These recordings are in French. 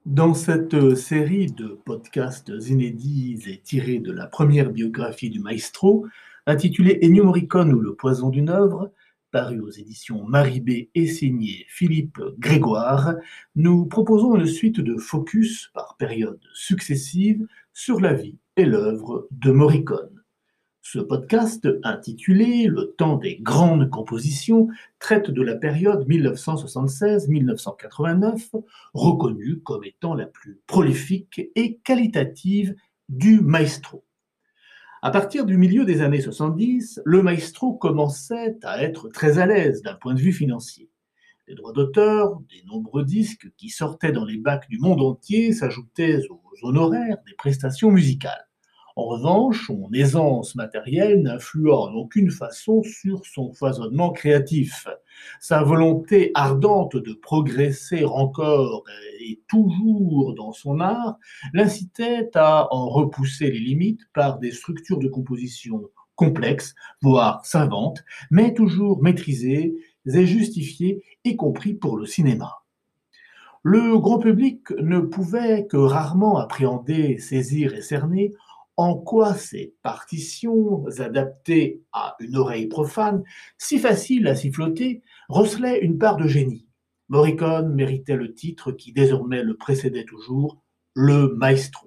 Dans cette série de podcasts inédits et tirés de la première biographie du maestro, intitulée Ennio Morricone ou le poison d'une œuvre, paru aux éditions Maribé et signé Philippe Grégoire, nous proposons une suite de focus par périodes successives sur la vie et l'œuvre de Morricone. Ce podcast, intitulé Le temps des grandes compositions, traite de la période 1976-1989, reconnue comme étant la plus prolifique et qualitative du maestro. À partir du milieu des années 70, le maestro commençait à être très à l'aise d'un point de vue financier. Les droits d'auteur, des nombreux disques qui sortaient dans les bacs du monde entier s'ajoutaient aux honoraires des prestations musicales. En revanche, son aisance matérielle n'influa en aucune façon sur son foisonnement créatif. Sa volonté ardente de progresser encore et toujours dans son art l'incitait à en repousser les limites par des structures de composition complexes, voire savantes, mais toujours maîtrisées et justifiées, y compris pour le cinéma. Le grand public ne pouvait que rarement appréhender, saisir et cerner en quoi ces partitions, adaptées à une oreille profane, si faciles à siffloter, recelaient une part de génie. Morricone méritait le titre qui désormais le précédait toujours, le maestro.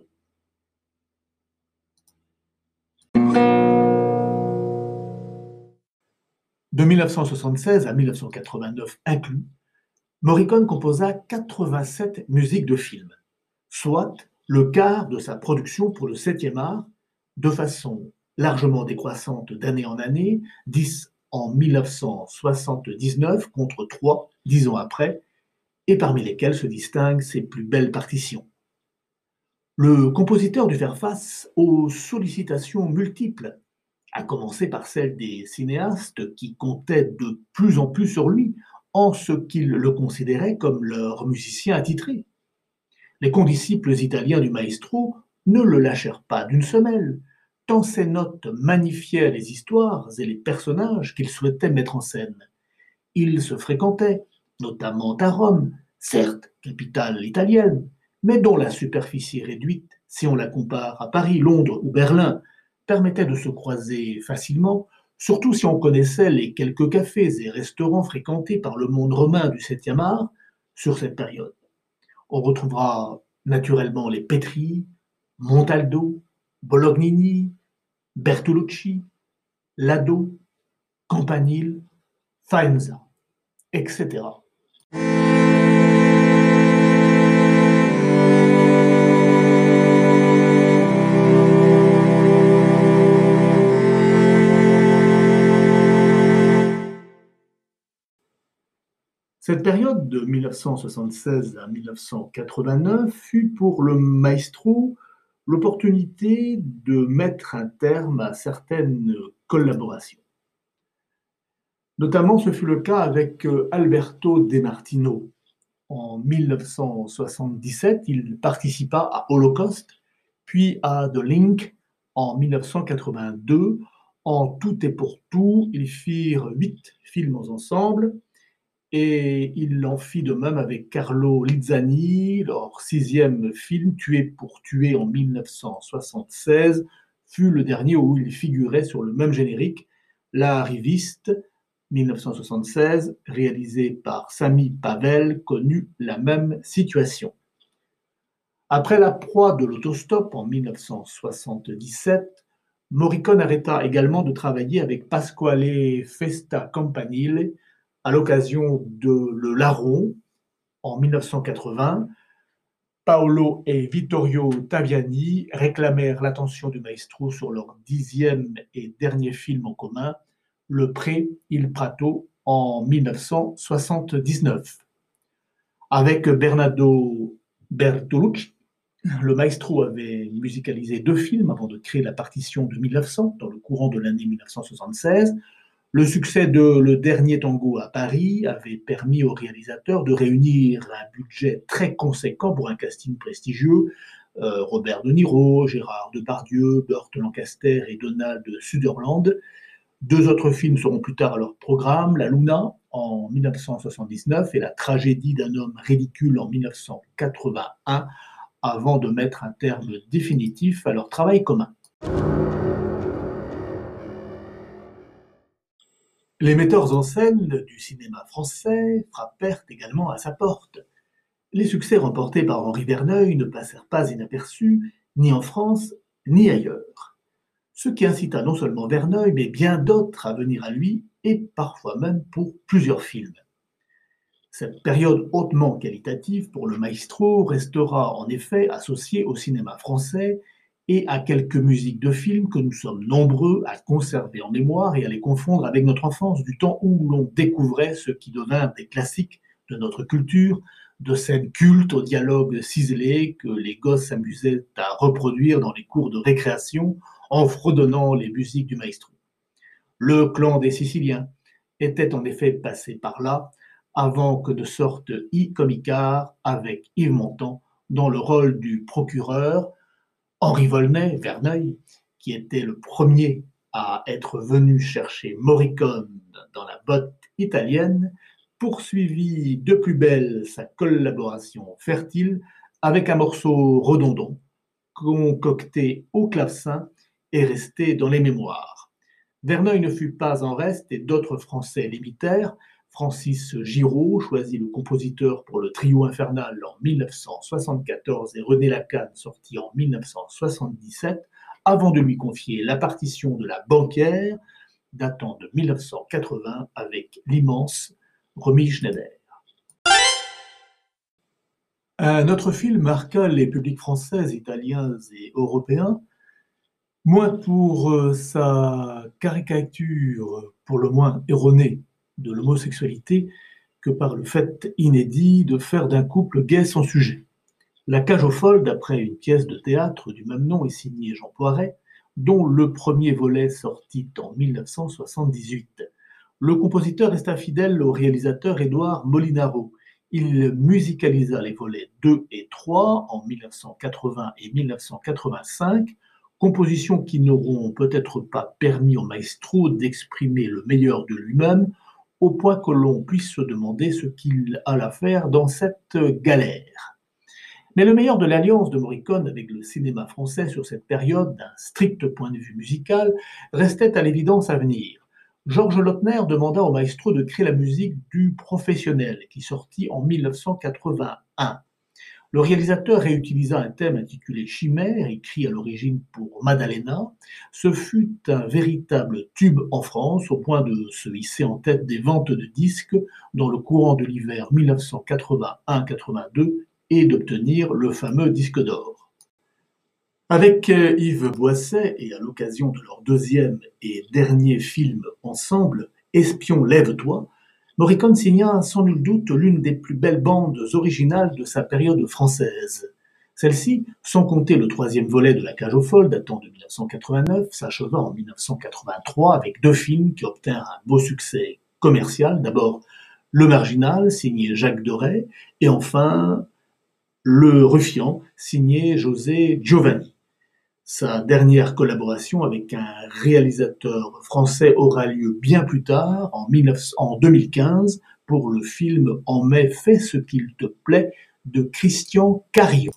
De 1976 à 1989 inclus, Morricone composa 87 musiques de films, soit le quart de sa production pour le 7e art, de façon largement décroissante d'année en année, 10 en 1979 contre 3 10 ans après, et parmi lesquels se distinguent ses plus belles partitions. Le compositeur dut faire face aux sollicitations multiples, à commencer par celles des cinéastes qui comptaient de plus en plus sur lui, en ce qu'ils le considéraient comme leur musicien attitré. Les condisciples italiens du maestro ne le lâchèrent pas d'une semelle, tant ses notes magnifiaient les histoires et les personnages qu'il souhaitait mettre en scène. Ils se fréquentaient, notamment à Rome, certes capitale italienne, mais dont la superficie réduite, si on la compare à Paris, Londres ou Berlin, permettait de se croiser facilement, surtout si on connaissait les quelques cafés et restaurants fréquentés par le monde romain du 7e art sur cette période. On retrouvera naturellement les Petri, Montaldo, Bolognini, Bertolucci, Lado, Campanile, Faenza, etc. Cette période de 1976 à 1989 fut pour le maestro l'opportunité de mettre un terme à certaines collaborations. Notamment, ce fut le cas avec Alberto De Martino. En 1977, il participa à Holocaust, puis à The Link en 1982. En tout et pour tout, ils firent 8 films ensemble, et il en fit de même avec Carlo Lizzani. Leur 6e film, Tuer pour tuer en 1976, fut le dernier où il figurait sur le même générique, La Riviste, 1976, réalisé par Sami Pavel, connut la même situation. Après La proie de l'autostop en 1977, Morricone arrêta également de travailler avec Pasquale Festa Campanile à l'occasion de Le Larron en 1980. Paolo et Vittorio Taviani réclamèrent l'attention du maestro sur leur 10e et dernier film en commun, Le Pré Il Prato, en 1979. Avec Bernardo Bertolucci, le maestro avait musicalisé 2 films avant de créer la partition de 1900, dans le courant de l'année 1976. Le succès de Le Dernier Tango à Paris avait permis au réalisateur de réunir un budget très conséquent pour un casting prestigieux. Robert De Niro, Gérard Depardieu, Burt Lancaster et Donald Sutherland. 2 autres films seront plus tard à leur programme, La Luna en 1979 et La tragédie d'un homme ridicule en 1981, avant de mettre un terme définitif à leur travail commun. Les metteurs en scène du cinéma français frappèrent également à sa porte. Les succès remportés par Henri Verneuil ne passèrent pas inaperçus, ni en France, ni ailleurs. Ce qui incita non seulement Verneuil, mais bien d'autres à venir à lui, et parfois même pour plusieurs films. Cette période hautement qualitative pour le maestro restera en effet associée au cinéma français et à quelques musiques de films que nous sommes nombreux à conserver en mémoire et à les confondre avec notre enfance, du temps où l'on découvrait ce qui devinrent des classiques de notre culture, de scènes cultes aux dialogues ciselés que les gosses s'amusaient à reproduire dans les cours de récréation en fredonnant les musiques du maestro. Le clan des Siciliens était en effet passé par là avant que ne sorte I comme Icare avec Yves Montand dans le rôle du procureur, Henri Volney, Verneuil, qui était le premier à être venu chercher Morricone dans la botte italienne, poursuivit de plus belle sa collaboration fertile avec un morceau redondant, concocté au clavecin et resté dans les mémoires. Verneuil ne fut pas en reste et d'autres Français l'imitèrent. Francis Giraud choisit le compositeur pour le Trio infernal en 1974 et René Lacan sorti en 1977, avant de lui confier la partition de La Banquière, datant de 1980 avec l'immense Romy Schneider. Un autre film marqua les publics français, italiens et européens, moins pour sa caricature pour le moins erronée de l'homosexualité que par le fait inédit de faire d'un couple gay son sujet. La cage aux folles, d'après une pièce de théâtre du même nom, est signée Jean Poiret, dont le premier volet sortit en 1978. Le compositeur resta fidèle au réalisateur Édouard Molinaro. Il musicalisa les volets 2 et 3 en 1980 et 1985, compositions qui n'auront peut-être pas permis au maestro d'exprimer le meilleur de lui-même, au point que l'on puisse se demander ce qu'il alla faire dans cette galère. Mais le meilleur de l'alliance de Morricone avec le cinéma français sur cette période, d'un strict point de vue musical, restait à l'évidence à venir. Georges Lautner demanda au maestro de créer la musique du Professionnel, qui sortit en 1981. Le réalisateur réutilisa un thème intitulé Chimère, écrit à l'origine pour Maddalena. Ce fut un véritable tube en France, au point de se hisser en tête des ventes de disques dans le courant de l'hiver 1981-82 et d'obtenir le fameux disque d'or. Avec Yves Boisset, et à l'occasion de leur deuxième et dernier film ensemble, Espion, lève-toi, Morricone signa sans nul doute l'une des plus belles bandes originales de sa période française. Celle-ci, sans compter le troisième volet de La Cage aux folles datant de 1989, s'acheva en 1983 avec deux films qui obtinrent un beau succès commercial. D'abord Le Marginal, signé Jacques Deray, et enfin Le Ruffian, signé José Giovanni. Sa dernière collaboration avec un réalisateur français aura lieu bien plus tard, en 2015, pour le film En mai, fais ce qu'il te plaît de Christian Carillo.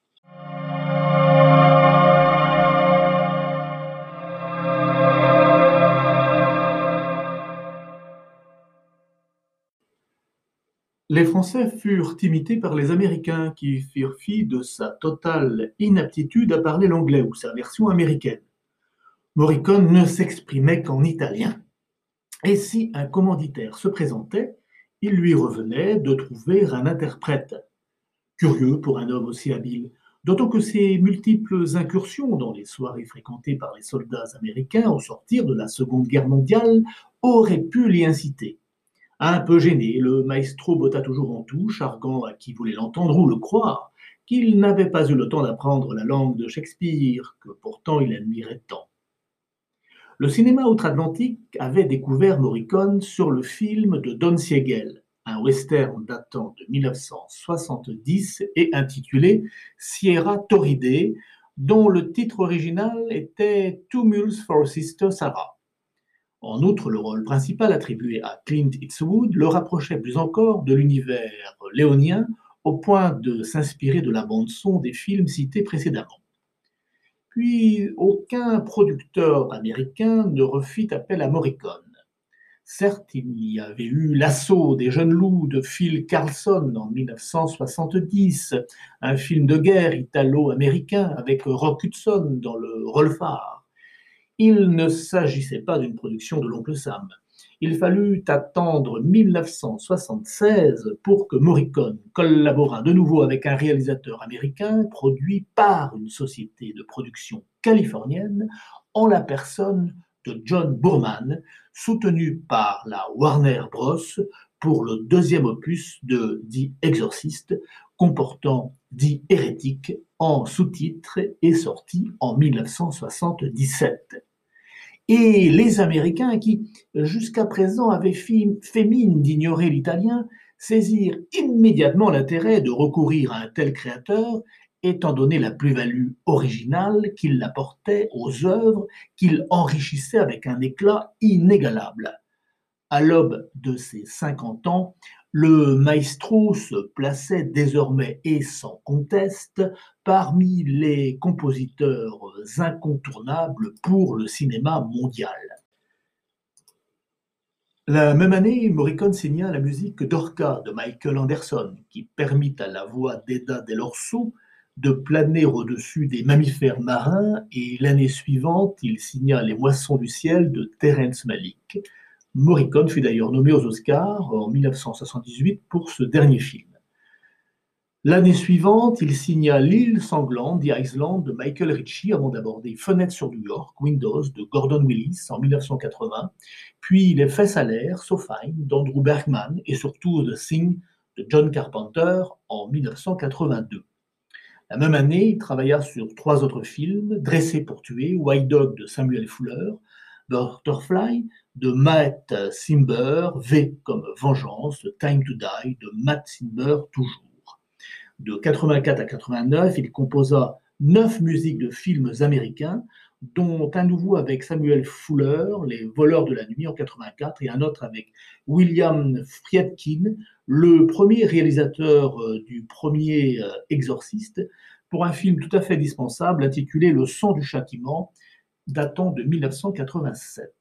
Les Français furent imités par les Américains qui firent fi de sa totale inaptitude à parler l'anglais ou sa version américaine. Morricone ne s'exprimait qu'en italien. Et si un commanditaire se présentait, il lui revenait de trouver un interprète. Curieux pour un homme aussi habile, d'autant que ses multiples incursions dans les soirées fréquentées par les soldats américains au sortir de la Seconde Guerre mondiale auraient pu l'y inciter. Un peu gêné, le maestro botta toujours en touche, arguant à qui voulait l'entendre ou le croire qu'il n'avait pas eu le temps d'apprendre la langue de Shakespeare, que pourtant il admirait tant. Le cinéma outre-Atlantique avait découvert Morricone sur le film de Don Siegel, un western datant de 1970 et intitulé Sierra Torride, dont le titre original était Two Mules for Sister Sarah. En outre, le rôle principal attribué à Clint Eastwood le rapprochait plus encore de l'univers léonien au point de s'inspirer de la bande-son des films cités précédemment. Puis, aucun producteur américain ne refit appel à Morricone. Certes, il y avait eu L'assaut des jeunes loups de Phil Karlsson en 1970, un film de guerre italo-américain avec Rock Hudson dans le rôle phare. Il ne s'agissait pas d'une production de l'Oncle Sam. Il fallut attendre 1976 pour que Morricone collaborât de nouveau avec un réalisateur américain produit par une société de production californienne en la personne de John Boorman, soutenu par la Warner Bros. Pour le deuxième opus de The Exorcist, comportant The Hérétique en sous-titres et sorti en 1977. Et les Américains, qui jusqu'à présent avaient fait mine d'ignorer l'italien, saisirent immédiatement l'intérêt de recourir à un tel créateur, étant donné la plus-value originale qu'il apportait aux œuvres qu'il enrichissait avec un éclat inégalable. À l'aube de ses 50 ans, le maestro se plaçait désormais et sans conteste parmi les compositeurs incontournables pour le cinéma mondial. La même année, Morricone signa la musique d'Orca de Michael Anderson, qui permit à la voix d'Eda Del Orso de planer au-dessus des mammifères marins, et l'année suivante, il signa Les Moissons du ciel de Terrence Malick. Morricone fut d'ailleurs nommé aux Oscars en 1978 pour ce dernier film. L'année suivante, il signa L'île sanglante, The Island de Michael Ritchie avant d'aborder Fenêtre sur New York, Windows de Gordon Willis en 1980, puis Les Fesses à l'air, So Fine d'Andrew Bergman et surtout The Thing de John Carpenter en 1982. La même année, il travailla sur 3 autres films, Dressé pour tuer, White Dog de Samuel Fuller, Butterfly de Matt Cimber, V comme Vengeance, Time to Die de Matt Cimber toujours. De 84 à 89, il composa 9 musiques de films américains, dont un nouveau avec Samuel Fuller, Les Voleurs de la nuit en 84, et un autre avec William Friedkin, le premier réalisateur du premier Exorciste, pour un film tout à fait dispensable intitulé Le sang du châtiment, datant de 1987.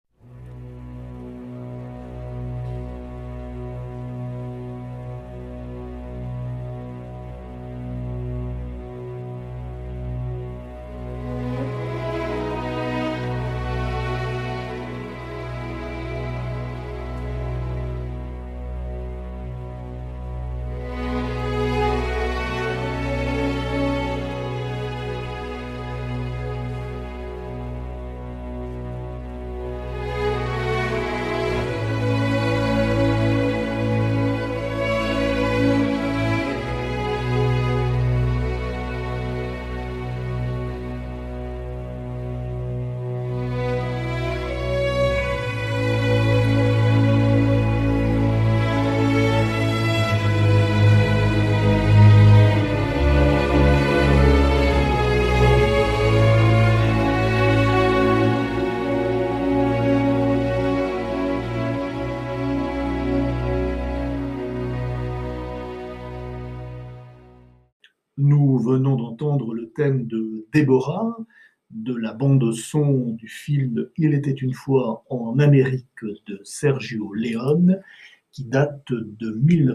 Nous venons d'entendre le thème de Déborah, de la bande-son du film Il était une fois en Amérique de Sergio Leone, qui date de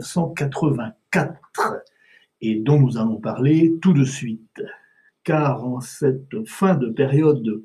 1984 et dont nous allons parler tout de suite. Car en cette fin de période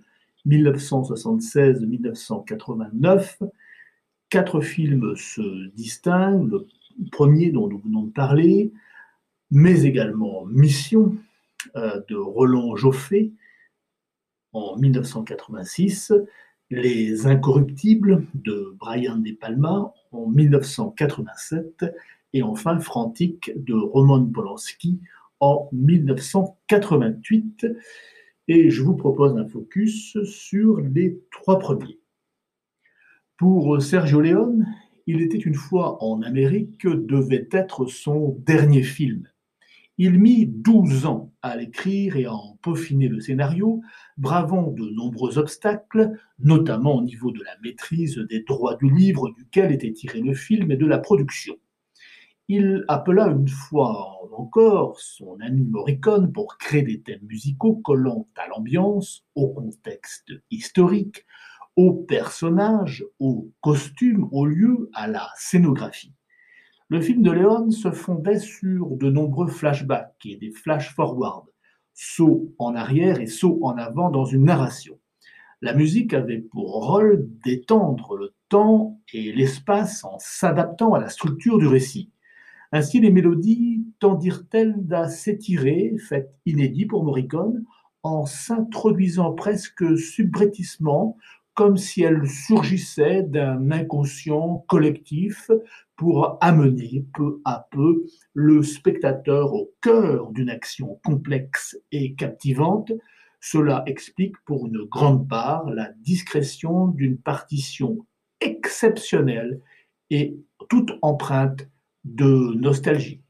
1976-1989, 4 films se distinguent. Le premier dont nous venons de parler, mais également Mission de Roland Joffé en 1986, Les Incorruptibles de Brian De Palma en 1987 et enfin Frantic de Roman Polanski en 1988. Et je vous propose un focus sur les 3 premiers. Pour Sergio Leone, Il était une fois en Amérique devait être son dernier film. Il mit 12 ans à l'écrire et à en peaufiner le scénario, bravant de nombreux obstacles, notamment au niveau de la maîtrise des droits du livre duquel était tiré le film et de la production. Il appela une fois encore son ami Morricone pour créer des thèmes musicaux collant à l'ambiance, au contexte historique, aux personnages, aux costumes, aux lieux, à la scénographie. Le film de Leone se fondait sur de nombreux flashbacks et des flash-forward, sauts en arrière et sauts en avant dans une narration. La musique avait pour rôle d'étendre le temps et l'espace en s'adaptant à la structure du récit. Ainsi, les mélodies tendirent-elles à s'étirer, fait inédit pour Morricone, en s'introduisant presque subrepticement, comme si elles surgissaient d'un inconscient collectif pour amener peu à peu le spectateur au cœur d'une action complexe et captivante. Cela explique pour une grande part la discrétion d'une partition exceptionnelle et toute empreinte de nostalgie.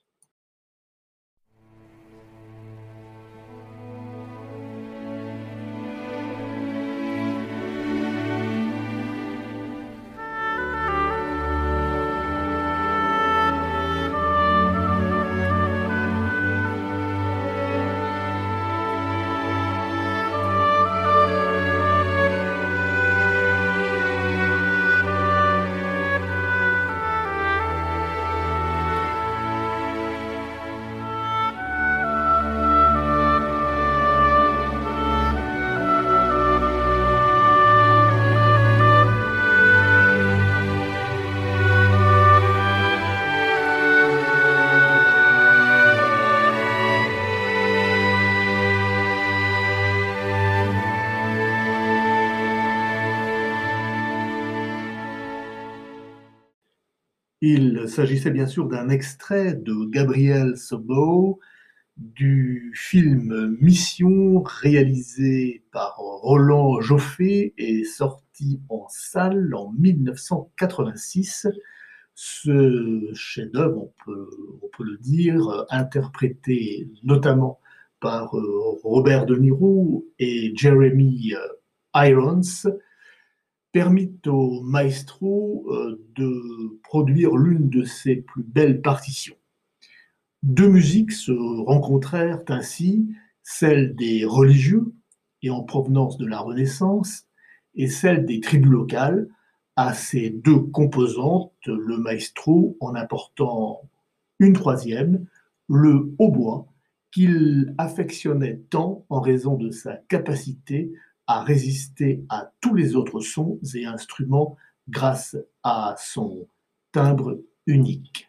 Il s'agissait bien sûr d'un extrait de Gabriel Sobo du film Mission, réalisé par Roland Joffé et sorti en salle en 1986. Ce chef-d'œuvre, on peut le dire, interprété notamment par Robert De Niro et Jeremy Irons, permit au maestro de produire l'une de ses plus belles partitions. Deux musiques se rencontrèrent ainsi, celle des religieux et en provenance de la Renaissance, et celle des tribus locales. À ces deux composantes, le maestro en apportant une troisième, le hautbois, qu'il affectionnait tant en raison de sa capacité à résister à tous les autres sons et instruments grâce à son timbre unique.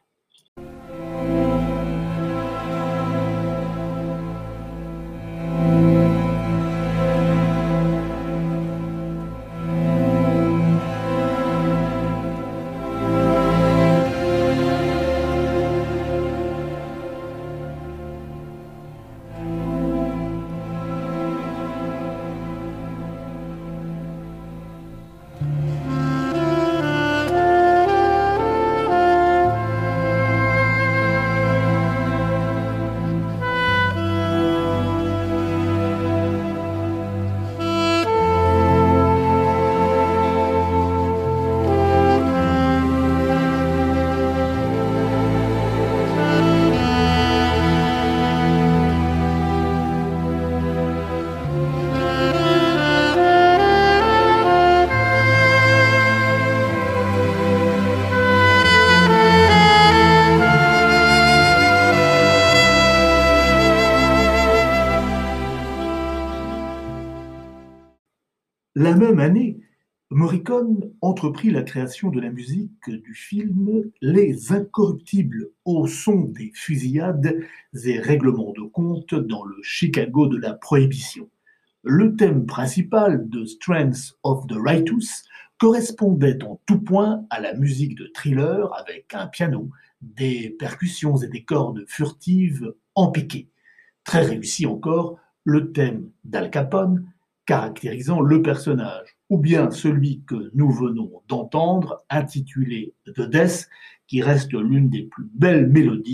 La même année, Morricone entreprit la création de la musique du film Les Incorruptibles au son des fusillades et règlements de compte dans le Chicago de la Prohibition. Le thème principal de Strength of the Righteous correspondait en tout point à la musique de Thriller avec un piano, des percussions et des cordes furtives en piqué. Très réussi encore, le thème d'Al Capone, caractérisant le personnage, ou bien celui que nous venons d'entendre, intitulé The Death, qui reste l'une des plus belles mélodies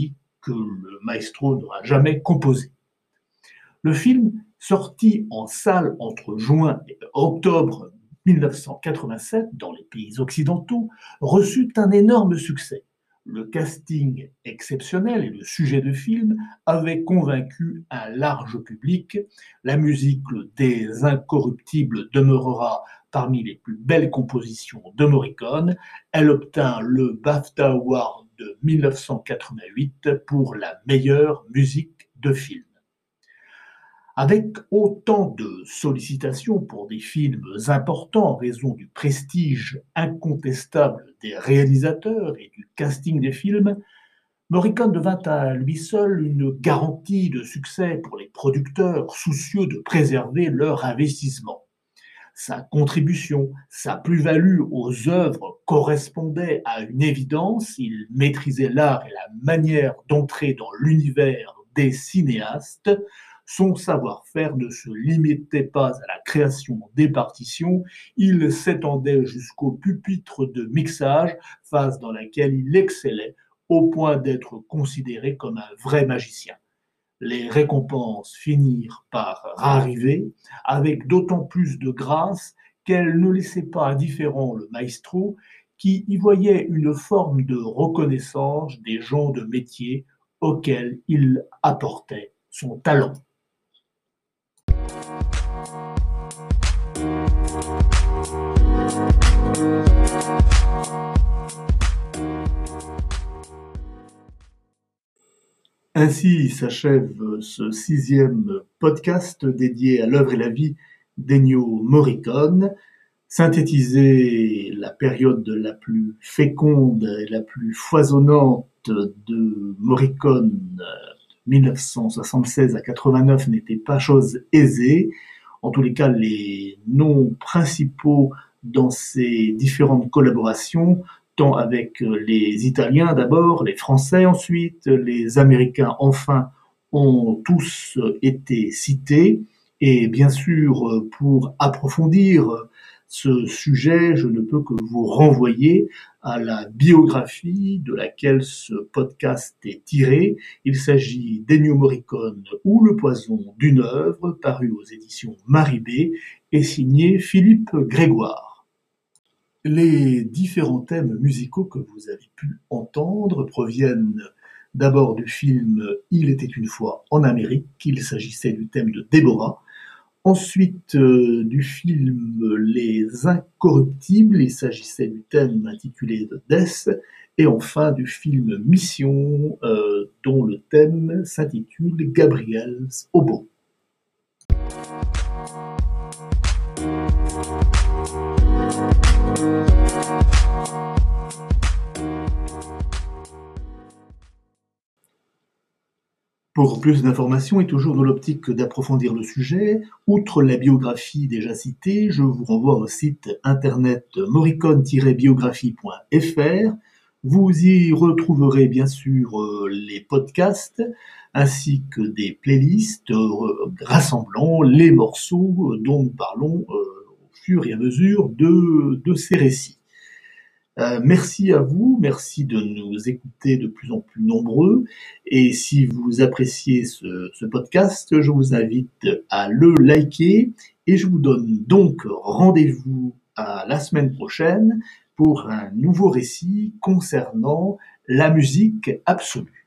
que le maestro n'aura jamais composées. Le film, sorti en salle entre juin et octobre 1987 dans les pays occidentaux, reçut un énorme succès. Le casting exceptionnel et le sujet de film avaient convaincu un large public. La musique des Incorruptibles demeurera parmi les plus belles compositions de Morricone. Elle obtint le BAFTA Award de 1988 pour la meilleure musique de film. Avec autant de sollicitations pour des films importants en raison du prestige incontestable des réalisateurs et du casting des films, Morricone devint à lui seul une garantie de succès pour les producteurs soucieux de préserver leur investissement. Sa contribution, sa plus-value aux œuvres correspondaient à une évidence. Il maîtrisait l'art et la manière d'entrer dans l'univers des cinéastes. Son savoir-faire ne se limitait pas à la création des partitions, il s'étendait jusqu'au pupitre de mixage, phase dans laquelle il excellait au point d'être considéré comme un vrai magicien. Les récompenses finirent par arriver avec d'autant plus de grâce qu'elles ne laissaient pas indifférent le maestro qui y voyait une forme de reconnaissance des gens de métier auxquels il apportait son talent. Ainsi s'achève ce 6e podcast dédié à l'œuvre et la vie d'Ennio Morricone. Synthétiser la période la plus féconde et la plus foisonnante de Morricone, 1976 à 89, n'était pas chose aisée. En tous les cas, les noms principaux dans ces différentes collaborations, tant avec les Italiens d'abord, les Français ensuite, les Américains enfin, ont tous été cités. Et bien sûr, pour approfondir ce sujet, je ne peux que vous renvoyer à la biographie de laquelle ce podcast est tiré. Il s'agit d'Ennio Morricone ou Le poison d'une œuvre, paru aux éditions Maribé et signé Philippe Grégoire. Les différents thèmes musicaux que vous avez pu entendre proviennent d'abord du film Il était une fois en Amérique. Il s'agissait du thème de Déborah. Ensuite, du film Les Incorruptibles, il s'agissait du thème intitulé de Death, et enfin du film Mission, dont le thème s'intitule Gabriel's Oboe. Pour plus d'informations et toujours dans l'optique d'approfondir le sujet, outre la biographie déjà citée, je vous renvoie au site internet morricone-biographie.fr. Vous y retrouverez bien sûr les podcasts ainsi que des playlists rassemblant les morceaux dont nous parlons au fur et à mesure de ces récits. Merci à vous, merci de nous écouter de plus en plus nombreux. Et si vous appréciez ce podcast, je vous invite à le liker. Et je vous donne donc rendez-vous à la semaine prochaine pour un nouveau récit concernant la musique absolue.